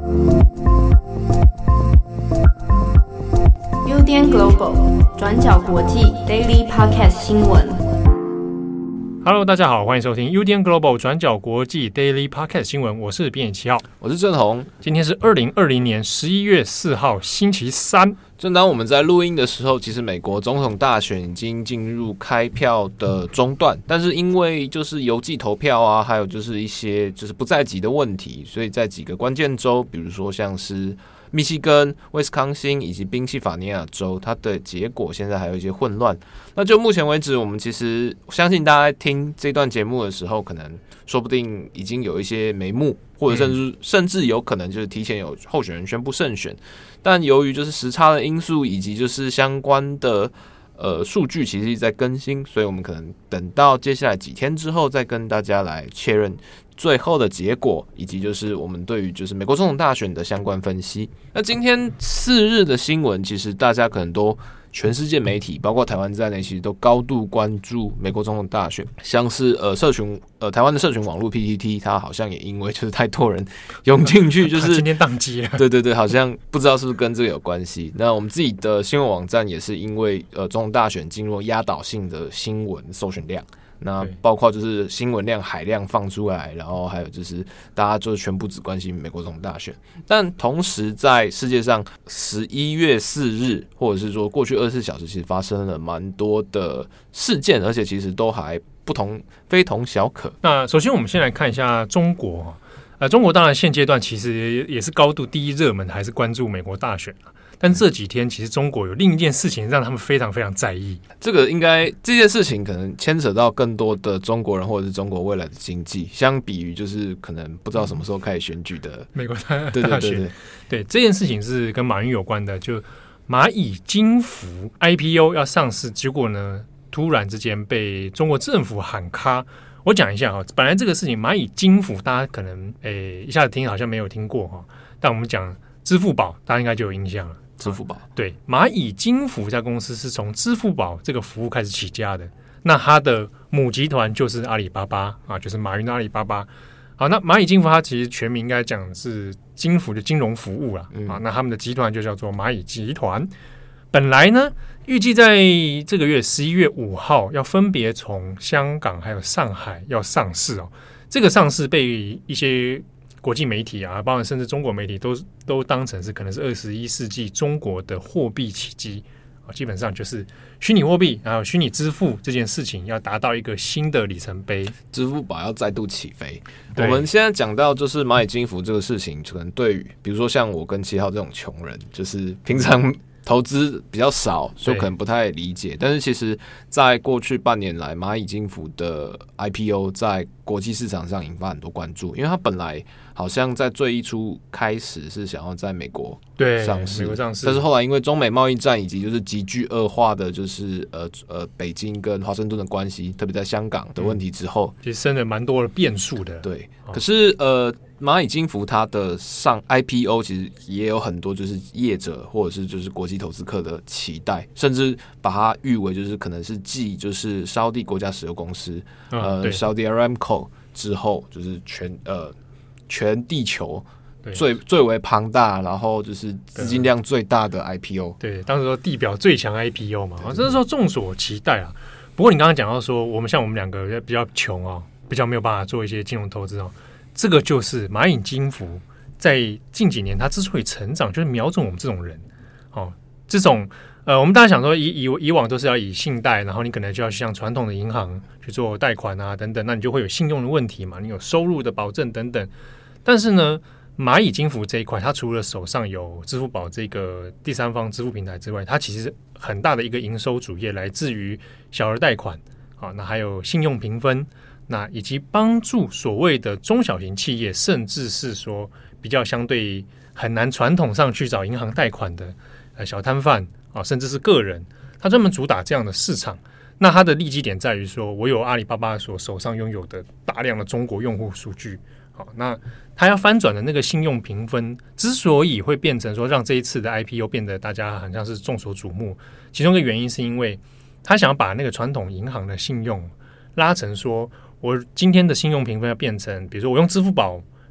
UDN Global 转角国际 Daily Podcast 新闻。 Hello， 大家好，欢迎收听 UDN Global 转角国际 Daily Podcast 新闻，我是编辑7号， 我是郑宏。 今天是2020年11月4号，星期三。 正当我们在录音的时候，其实美国总统大选已经进入开票的中段，但是因为就是邮寄投票啊，还有就是一些就是不在籍的问题，所以在几个关键州，比如说像是密西根、威斯康星以及宾夕法尼亚州，它的结果现在还有一些混乱。那就目前为止，我们其实相信大家在听这段节目的时候，可能说不定已经有一些眉目，或者甚至有可能就是提前有候选人宣布胜选。但由于就是时差的因素，以及就是相关的数据其实在更新，所以我们可能等到接下来几天之后，再跟大家来确认最后的结果，以及就是我们对于就是美国总统大选的相关分析。那今天4日的新闻，其实大家可能都全世界媒体，包括台湾在内，其实都高度关注美国总统大选。像是台湾的社群网络 PTT， 它好像也因为就是太多人涌进去，就是今天宕机了。 对，好像不知道是不是跟这个有关系。那我们自己的新闻网站也是因为总统大选进入压倒性的新闻搜寻量。那包括就是新闻量海量放出来，然后还有就是大家就是全部只关心美国总统大选，但同时在世界上11月4日或者是说过去24小时，其实发生了蛮多的事件，而且其实都还非同小可。 那首先我们先来看一下中国。中国当然现阶段其实也是高度第一热门，还是关注美国大选。但这几天其实中国有另一件事情让他们非常非常在意。 这件事情可能牵扯到更多的中国人或者是中国未来的经济，相比于就是可能不知道什么时候开始选举的美国大选。对，这件事情是跟马云有关的，就蚂蚁金服 IPO 要上市，结果呢突然之间被中国政府喊卡。我讲一下本来这个事情蚂蚁金服大家可能一下子听好像没有听过但我们讲支付宝大家应该就有印象了。 支付宝对，蚂蚁金服这家公司是从支付宝这个服务开始起家的，那它的母集团就是阿里巴巴就是马云的阿里巴巴。好，那蚂蚁金服它其实全名应该讲是金服的金融服务啦那他们的集团就叫做蚂蚁集团。本来呢预计在这个月11月5号要分别从香港还有上海要上市这个上市被一些国际媒体包含甚至中国媒体都当成是可能是21世纪中国的货币奇迹基本上就是虚拟货币还有虚拟支付这件事情要达到一个新的里程碑， 支付宝要再度起飞。我们现在讲到就是蚂蚁金服这个事情，可能对于比如说像我跟7号这种穷人，就是平常投资比较少，所以可能不太理解。但是其实在过去半年来，蚂蚁金服的 IPO 在国际市场上引发很多关注，因为它本来好像在最一初开始是想要在美国上市，但是后来因为中美贸易战以及就是急剧恶化的就是北京跟华盛顿的关系，特别在香港的问题之后， 其实生了蛮多的变数的。 对，可是蚂蚁金服它的上 IPO 其实也有很多就是业者或者是就是国际投资客的期待，甚至把它誉为就是可能是继就是沙地国家石油公司Saudi Aramco 之后，就是全地球最为庞大，然后就是资金量最大的 IPO。 对，当时说地表最强 IPO 嘛，这是说众所期待不过你刚刚讲到说，我们两个比较穷比较没有办法做一些金融投资这个就是蚂蚁金服在近几年它之所以成长，就是瞄准我们这种人这种我们大家想说以往都是要以信贷，然后你可能就要像传统的银行去做贷款等等，那你就会有信用的问题嘛，你有收入的保证等等。但是呢，蚂蚁金服这一块，它除了手上有支付宝这个第三方支付平台之外，它其实很大的一个营收主业来自于小额贷款那还有信用评分，那以及帮助所谓的中小型企业，甚至是说比较相对很难传统上去找银行贷款的小摊贩甚至是个人，他专门主打这样的市场。那它的利基点在于说，我有阿里巴巴所手上拥有的大量的中国用户数据那他要翻转的那个信用评分之所以会变成说让这一次的 IPO 变得大家好像是众所瞩目，其中一个原因是因为他想要把那个传统银行的信用拉成说，我今天的信用评分要变成，比如说我用支付宝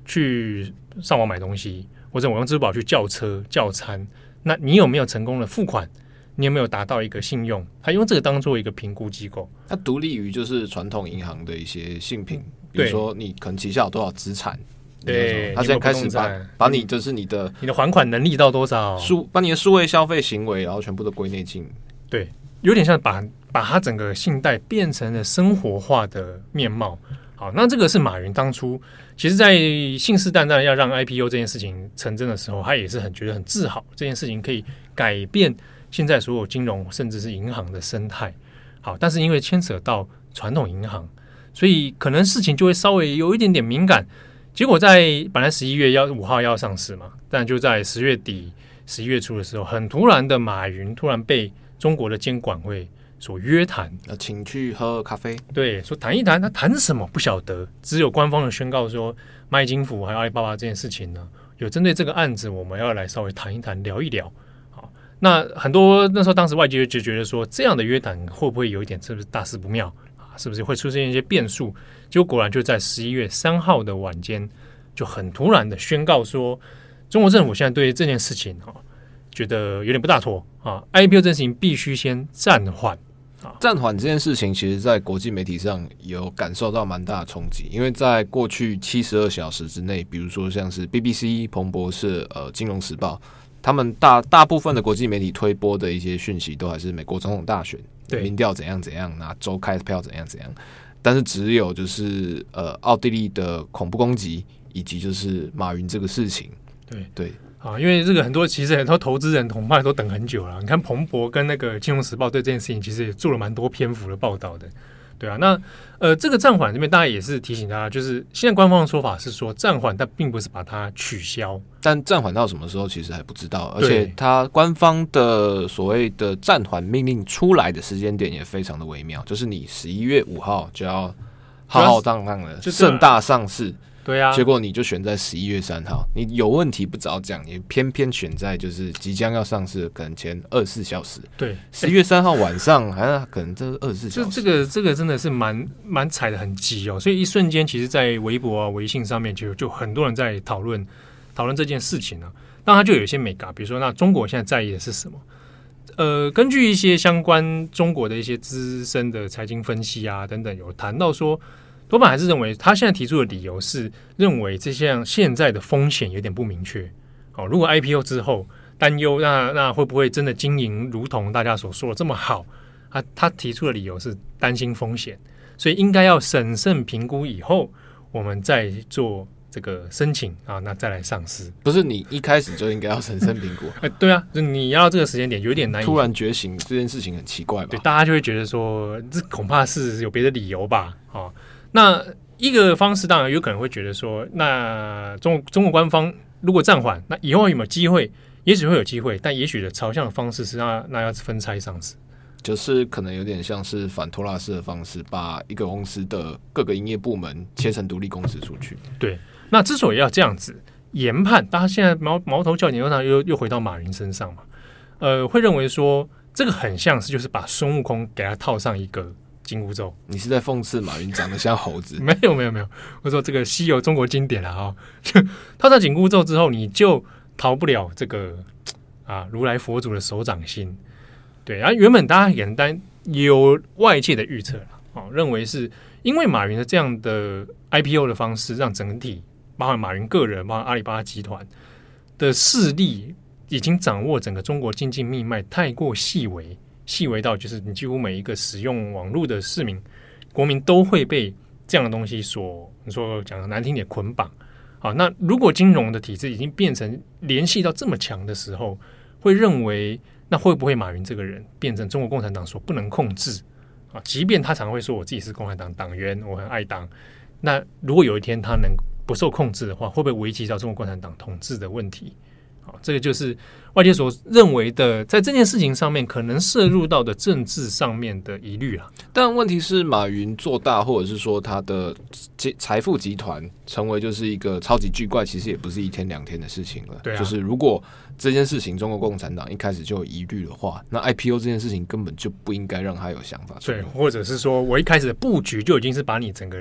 去上网买东西，或者我用支付宝去叫车叫餐，那你有没有成功的付款？你有没有达到一个信用？他用这个当做一个评估机构。 它独立于就是传统银行的一些信评，比如说你可能旗下有多少资产， 对， 他现在开始把你就是你的还款能力到多少， 把你的数位消费行为，然后全部都归内进。 对，有点像把它整个信贷变成了生活化的面貌。好，那这个是马云当初其实在信誓旦旦要让 IPO 这件事情成真的时候，他也是觉得很自豪，这件事情可以改变现在所有金融甚至是银行的生态。好，但是因为牵扯到传统银行，所以可能事情就会稍微有一点点敏感。结果在本来11月5号要上市嘛，但就在10月底11月初的时候，很突然的马云突然被中国的监管会所约谈， 请去喝咖啡。 对，说谈一谈，他谈什么不晓得，只有官方的宣告说蚂蚁金服还有阿里巴巴这件事情呢，有针对这个案子，我们要来稍微谈一谈，聊一聊。好，那很多那时候当时外界就觉得说，这样的约谈会不会有一点是不是大事不妙啊？是不是会出现一些变数？结果果然就在11月3号的晚间，就很突然的宣告说，中国政府现在对这件事情觉得有点不大妥啊 ，IPO 这件事情必须先暂缓。 暂缓这件事情，其实在国际媒体上有感受到蛮大的冲击，因为在过去72小时之内，比如说像是 BBC、彭博社、金融时报，他们大部分的国际媒体推播的一些讯息，都还是美国总统大选民调怎样怎样，哪州开票怎样怎样，但是只有就是奥地利的恐怖攻击，以及就是马云这个事情，对。 啊，因为这个其实很多投资人恐怕都等很久了。你看彭博跟那个《金融时报》对这件事情其实也做了蛮多篇幅的报道的，对啊。那这个暂缓这边大家也是提醒大家，就是现在官方的说法是说暂缓，但并不是把它取消。 但暂缓到什么时候其实还不知道，而且它官方的所谓的暂缓命令出来的时间点也非常的微妙，就是你11月5号就要浩浩荡荡的盛大上市。 对啊， 结果你就选在11月3号，你有问题不早讲，你偏偏选在就是即将要上市的可能前24小时。 对 ，11月3号晚上，好像可能这24小时。 这个真的是蛮踩得很急哦，所以一瞬间，其实，在微博啊、微信上面就很多人在讨论这件事情啊。那它就有一些美感，比如说，那中国现在在意的是什么？根据一些相关中国的一些资深的财经分析啊等等，有谈到说。多半还是认为，他现在提出的理由是认为这项现在的风险有点不明确。哦，如果 IPO 之后担忧，那会不会真的经营如同大家所说的这么好？他提出的理由是担心风险，所以应该要审慎评估以后，我们再做这个申请啊，那再来上市。 不是你一开始就应该要审慎评估？ 对啊，就你要这个时间点有点难以突然觉醒，这件事情很奇怪吧？ 对，大家就会觉得说，这恐怕是有别的理由吧？哦。那一个方式当然有可能会觉得说，那中国官方如果暂缓，那以后有没有机会？也许会有机会，但也许的朝向的方式是那要分拆上市， 就是可能有点像是反托拉斯的方式，把一个公司的各个营业部门切成独立公司出去。 对，那之所以要这样子研判，大家现在矛头焦点又回到马云身上嘛，会认为说这个很像是就是把孙悟空给他套上一个。紧箍咒， 你是在讽刺马云长得像猴子？ 没有，我说这个西游中国经典了哈，套上紧箍咒之后，你就逃不了这个如来佛祖的手掌心。对，然后原本大家简单有外界的预测了，认为是因为马云的这样的 IPO 的方式，让整体包含马云个人，包含阿里巴巴集团的势力，已经掌握整个中国经济命脉，太过细微到就是你几乎每一个使用网络的市民、国民都会被这样的东西你说讲的难听点捆绑。好，那如果金融的体制已经变成联系到这么强的时候，会认为那会不会马云这个人变成中国共产党所不能控制啊？即便他常会说我自己是共产党党员，我很爱党，那如果有一天他能不受控制的话，会不会危及到中国共产党统治的问题？好，这个就是外界所认为的，在这件事情上面可能涉入到的政治上面的疑虑啦。 但问题是，马云做大，或者是说他的财富集团成为就是一个超级巨怪，其实也不是一天两天的事情了。 对啊， 就是如果这件事情中国共产党一开始就有疑虑的话，那 IPO 这件事情根本就不应该让他有想法出来。 对，或者是说我一开始的布局就已经是把你整个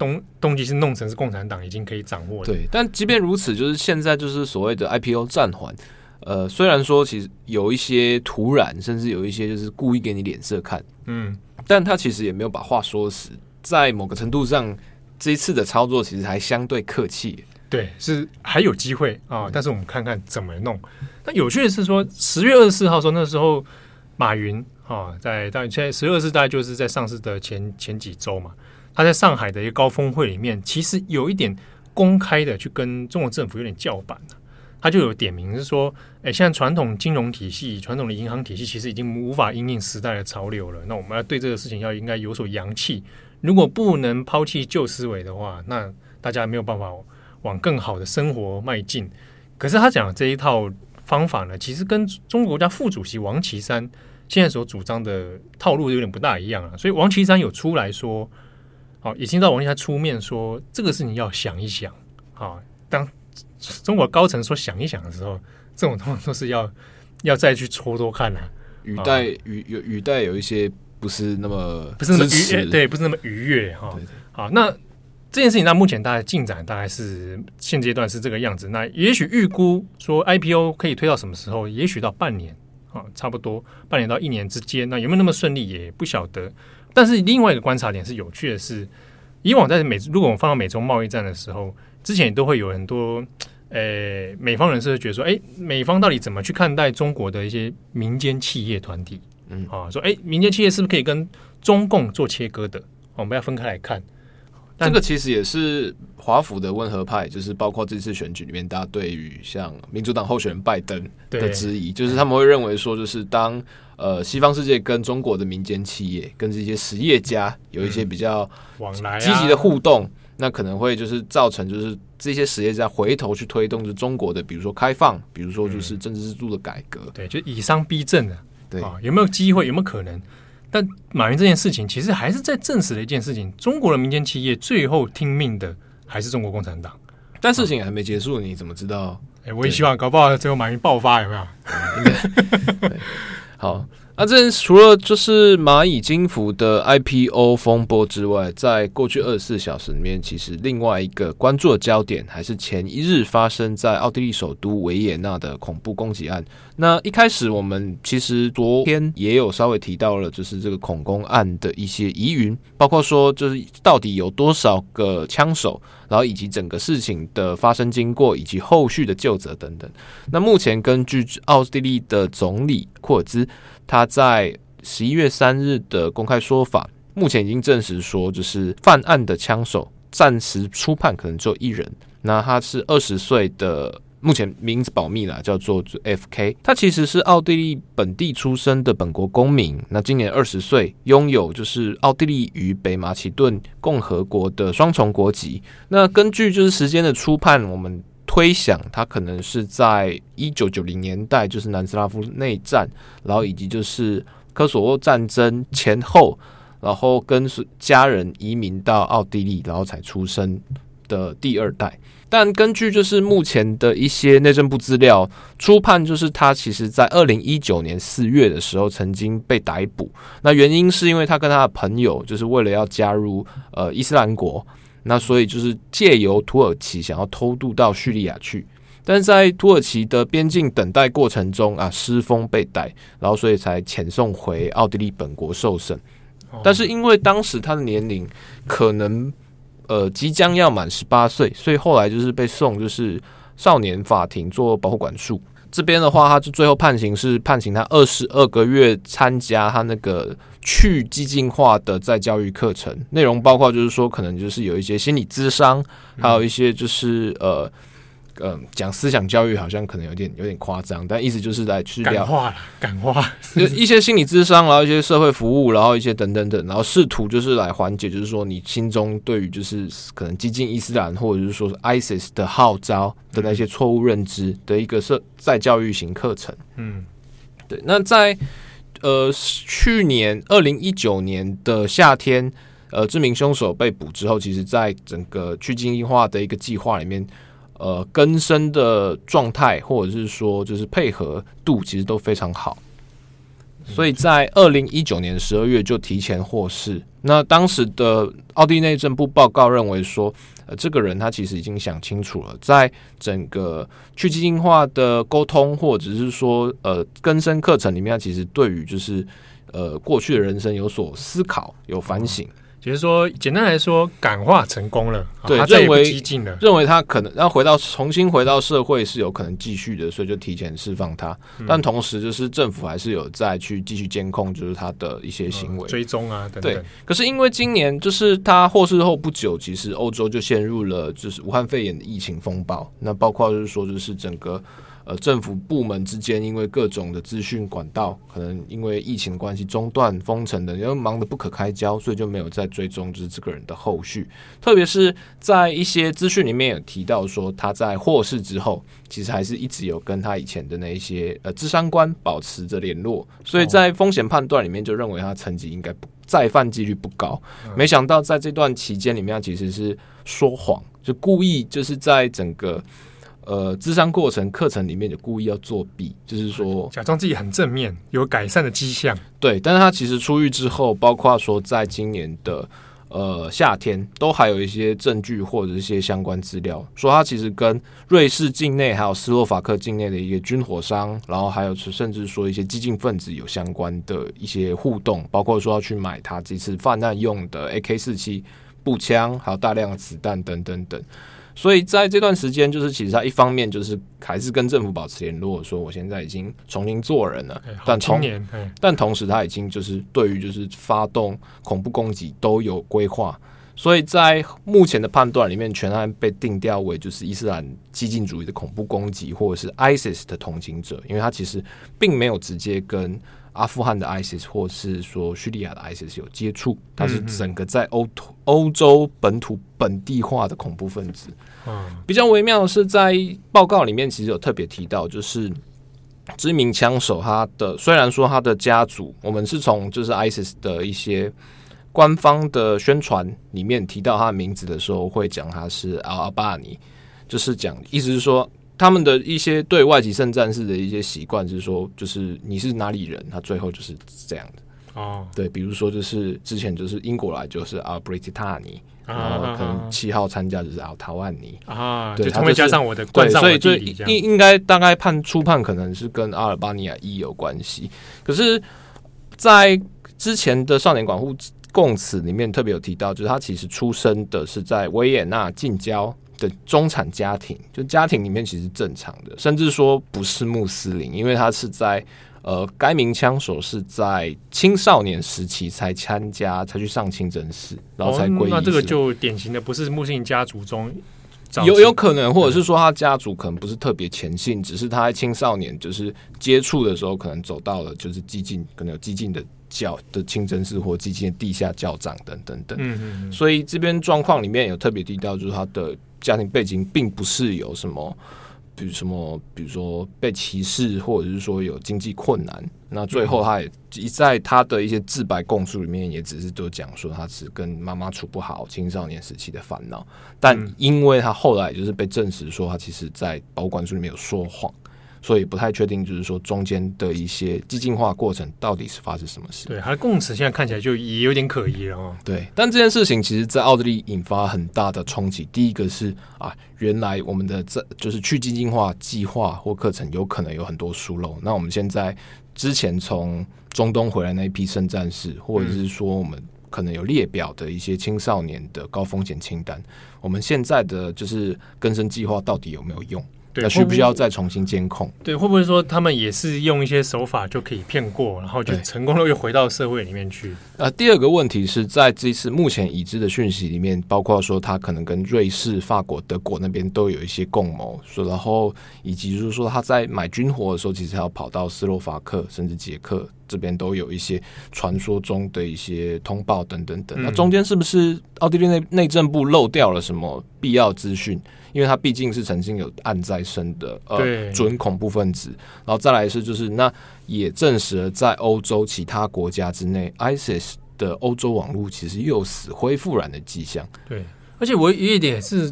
动机是弄成是共产党已经可以掌握的。 对，但即便如此，就是现在就是所谓的 IPO 暂缓。虽然说其实有一些突然，甚至有一些就是故意给你脸色看，但他其实也没有把话说死，在某个程度上，这一次的操作其实还相对客气。 对，是还有机会啊，但是我们看看怎么弄。那有趣的是说，10月24号说那时候马云在现在10月24大概就是在上市的前几周嘛，他在上海的一个高峰会里面，其实有一点公开的去跟中国政府有点叫板了。他就有点名是说，现在传统金融体系、传统的银行体系其实已经无法因应时代的潮流了。那我们要对这个事情应该有所扬弃。如果不能抛弃旧思维的话，那大家没有办法往更好的生活迈进。可是他讲的这一套方法呢，其实跟中国国家副主席王岐山现在所主张的套路有点不大一样啊。所以王岐山有出来说，已经到王岐山出面说这个事情要想一想。当中国高层说想一想的时候，这种通常都是要再去戳看语带有一些不是那么愉悦，对，不是那么愉悦哈。好，那这件事情，那目前大概进展大概是现阶段是这个样子。那也许预估说 IPO 可以推到什么时候？也许到半年差不多半年到1年之间。那有没有那么顺利也不晓得。但是另外一个观察点是有趣的是，以往在如果我们放到美中贸易战的时候，之前也都会有很多美方人士会觉得说，美方到底怎么去看待中国的一些民间企业团体？说民间企业是不是可以跟中共做切割的？我们要分开来看。 这个其实也是华府的温和派，就是包括这次选举里面，大家对于像民主党候选人拜登的质疑，就是他们会认为说，就是当西方世界跟中国的民间企业、跟这些实业家有一些比较积极的互动。那可能会就是造成就是这些实业家回头去推动就是中国的比如说开放，比如说就是政治制度的改革， 对，就以商逼政的， 对有没有机会，有没有可能？但马云这件事情其实还是在证实了一件事情：中国的民间企业最后听命的还是中国共产党。 但事情还没结束，你怎么知道？ 我也希望搞不好最后马云爆发，有没有？ 对，好。那这除了就是蚂蚁金服的 IPO 风波之外，在过去24小时里面，其实另外一个关注的焦点还是前一日发生在奥地利首都维也纳的恐怖攻击案。那一开始我们其实昨天也有稍微提到了，就是这个恐攻案的一些疑云，包括说就是到底有多少个枪手，然后以及整个事情的发生经过以及后续的究责等等。那目前根据奥地利的总理库尔兹，他在11月3日的公开说法，目前已经证实说，就是犯案的枪手暂时初判可能只有1人。那他是20岁的，目前名字保密啦，叫做 FK。他其实是奥地利本地出生的本国公民。那今年20岁，拥有就是奥地利与北马其顿共和国的双重国籍。那根据就是时间的初判，我们推想他可能是在1990年代，就是南斯拉夫内战，然后以及就是科索沃战争前后，然后跟家人移民到奥地利，然后才出生的第2代。但根据就是目前的一些内政部资料，初判就是他其实在2019年4月的时候曾经被逮捕。那原因是因为他跟他的朋友就是为了要加入伊斯兰国，那所以就是借由土耳其想要偷渡到叙利亚去，但是在土耳其的边境等待过程中失风被逮，然后所以才遣送回奥地利本国受审。但是因为当时他的年龄可能即将要满18岁，所以后来就是被送就是少年法庭做保护管束。这边的话，他就最后判刑是判刑他22个月参加他那个去激进化的再教育课程，内容包括就是说可能就是有一些心理咨商，还有一些就是讲思想教育好像可能有点夸张，但意思就是来去聊感化一些心理咨商，然后一些社会服务，然后一些等等等，然后试图就是来缓解，就是说你心中对于就是可能激进伊斯兰或者是说 ISIS 的号召的那些错误认知的一个再教育型课程。对。那在去年2019年的夏天，知名凶手被捕之后，其实在整个去精英化的一个计划里面，更生的状态或者是说就是配合度其实都非常好。 所以在2019年12月就提前获释。那当时的奥地利内政部报告认为说，这个人他其实已经想清楚了，在整个去基金化的沟通或者是说更生课程里面，他其实对于就是过去的人生有所思考，有反省。 就是说，简单来说，感化成功了， 对， 他再也不激进了， 认为他可能要重新回到社会是有可能继续的，所以就提前释放他。但同时，就是政府还是有在去继续监控，就是他的一些行为、 追踪啊等等。 对，可是因为今年就是他获释后不久，其实欧洲就陷入了就是武汉肺炎的疫情风暴，那包括就是说，就是整个政府部门之间因为各种的资讯管道可能因为疫情的关系中断封城的，因为忙得不可开交，所以就没有再追踪就是这个人的后续。特别是在一些资讯里面有提到说，他在获释之后其实还是一直有跟他以前的那一些咨商官保持着联络，所以在风险判断里面就认为他成绩应该再犯几率不高。没想到在这段期间里面，他其实是说谎，就故意就是在整个諮商过程课程里面就故意要作弊，就是说假装自己很正面，有改善的迹象。 对，但是他其实出狱之后，包括说在今年的夏天，都还有一些证据或者一些相关资料，说他其实跟瑞士境内还有斯洛伐克境内的一个军火商，然后还有甚至说一些激进分子有相关的一些互动，包括说要去买他这次犯案用的 AK-47步枪，还有大量的子弹等等等。所以在这段时间，就是其实他一方面就是还是跟政府保持联络，说我现在已经重新做人了，但同时他已经就是对于就是发动恐怖攻击都有规划，所以在目前的判断里面，全案被定调为就是伊斯兰激进主义的恐怖攻击，或者是 ISIS 的同情者，因为他其实并没有直接跟阿富汗的 ISIS 或是说叙利亚的 ISIS 有接触，它是整个在欧洲本土本地化的恐怖分子。比较微妙的是，在报告里面其实有特别提到，就是知名枪手他的虽然说他的家族，我们是从就是 ISIS 的一些官方的宣传里面提到他的名字的时候，会讲他是阿巴尼，就是讲意思是说，他们的一些对外籍圣战士的一些习惯是说，就是你是哪里人，他最后就是这样的。对，比如说就是之前就是英国来就是阿布雷蒂塔尼，然后可能7号参加就是阿塔万尼对，就会加上我的冠上我的弟弟， 所以应该大概初判可能是跟阿尔巴尼亚裔有关系。可是，在之前的少年管护供词里面特别有提到，就是他其实出生的是在维也纳近郊的中产家庭，就家庭里面其实正常的，甚至说不是穆斯林，因为他是在该名枪手是在青少年时期才去上清真寺，然后才皈依。 那这个就典型的不是穆斯林家族中有可能，或者是说他家族可能不是特别虔信，只是他在青少年就是接触的时候，可能走到了就是激进，可能有激进的教的清真寺或激进的地下教长等等等。所以这边状况里面有特别提到，就是他的家庭背景并不是有什么。比如说被歧视，或者是说有经济困难，那最后他也在他的一些自白供述里面，也只是都讲说他是跟妈妈处不好，青少年时期的烦恼。但因为他后来就是被证实说他其实在保管书里面有说谎，所以不太确定，就是说中间的一些激进化过程到底是发生什么事。 对，他的供词现在看起来就也有点可疑了哦。 对，但这件事情其实在奥地利引发很大的冲击。第一个是原来我们的就是去激进化计划或课程有可能有很多疏漏。那我们现在之前从中东回来那一批圣战士，或者是说我们可能有列表的一些青少年的高风险清单，我们现在的就是更生计划到底有没有用？那需不需要再重新监控？ 对，会不会说他们也是用一些手法就可以骗过，然后就成功了又回到社会里面去？ 第二个问题是在这次目前已知的讯息里面，包括说他可能跟瑞士、法国、德国那边都有一些共谋，然后以及就是说他在买军火的时候，其实还要跑到斯洛伐克甚至捷克这边都有一些传说中的一些通报等等等。那中间是不是奥地利内政部漏掉了什么必要资讯？因为他毕竟是曾经有案在身的准恐怖分子，然后再来是就是那也证实了在欧洲其他国家之内 ，ISIS 的欧洲网络其实又有死灰复燃的迹象。 对，而且我有一点是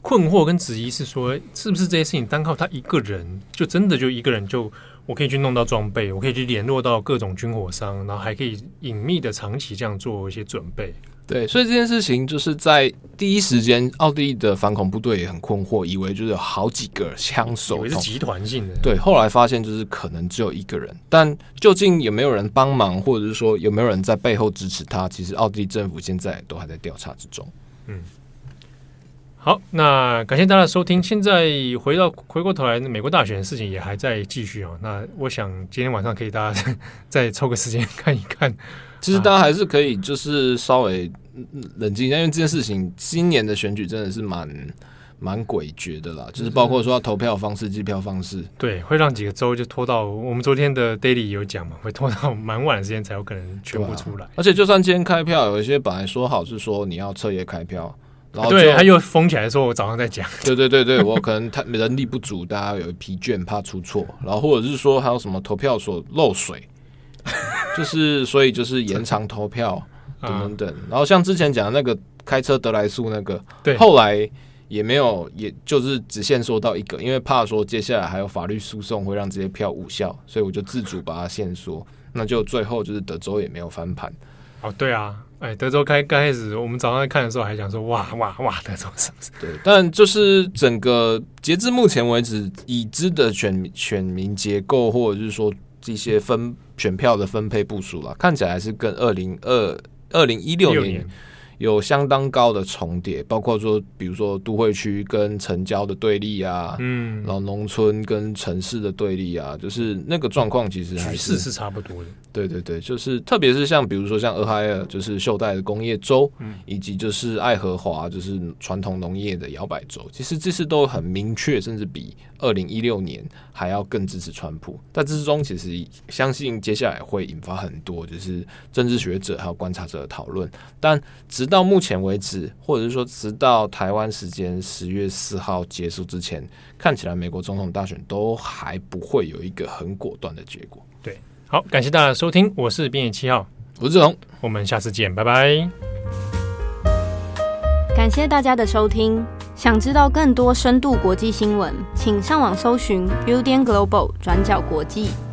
困惑跟质疑是说，是不是这些事情单靠他一个人，就真的就一个人就我可以去弄到装备，我可以去联络到各种军火商，然后还可以隐秘的长期这样做一些准备。 对，所以这件事情就是在第一时间，奥地利的反恐部队也很困惑，以为就是有好几个枪手， 以为是集团性的。 对，后来发现就是可能只有一个人，但究竟有没有人帮忙，或者是说有没有人在背后支持他，其实奥地利政府现在都还在调查之中。 好，那感谢大家的收听。现在回过头来，美国大选的事情也还在继续哦。那我想今天晚上可以大家再抽个时间看一看。 其实大家还是可以就是稍微冷静一下，因为这件事情今年的选举真的是蛮诡谲的啦，就是包括说投票方式、计票方式， 对，会让几个州就拖到我们昨天的 Daily 有讲嘛，会拖到蛮晚的时间才有可能全部出来。 而且就算今天开票，有一些本来说好是说你要彻夜开票。然后对，他又封起来说，我早上在讲。 对，我可能人力不足，大家有疲倦，怕出错，然后或者是说还有什么投票所漏水，就是所以就是延长投票等等。然后像之前讲的那个开车得来速那个，对，后来也没有，也就是只限缩到一个，因为怕说接下来还有法律诉讼会让这些票无效，所以我就自主把它限缩。那就最后就是德州也没有翻盘。 哦，对啊。德州刚开始，我们早上看的时候还想说，哇，德州是不是？ 对，但就是整个截至目前为止，已知的选民结构，或者是说这些选票的分配部署啦，看起来还是跟2016年有相当高的重叠，包括说，比如说都会区跟城郊的对立啊，然后农村跟城市的对立啊，就是那个状况其实还是局势是差不多的。 对，就是特别是像比如说像俄亥俄，就是袖带的工业州，以及就是爱荷华，就是传统农业的摇摆州，其实这次都很明确，甚至比2016年还要更支持川普。在这之中，其实相信接下来会引发很多就是政治学者还有观察者的讨论。但直到目前为止，或者是说直到台湾时间10月4号结束之前，看起来美国总统大选都还不会有一个很果断的结果。 对。好，感谢大家的收听，我是编辑7号， 我是志宏， 我们下次见，拜拜。 感谢大家的收听，想知道更多深度国际新闻，请上网搜寻 Udan Global 转角国际。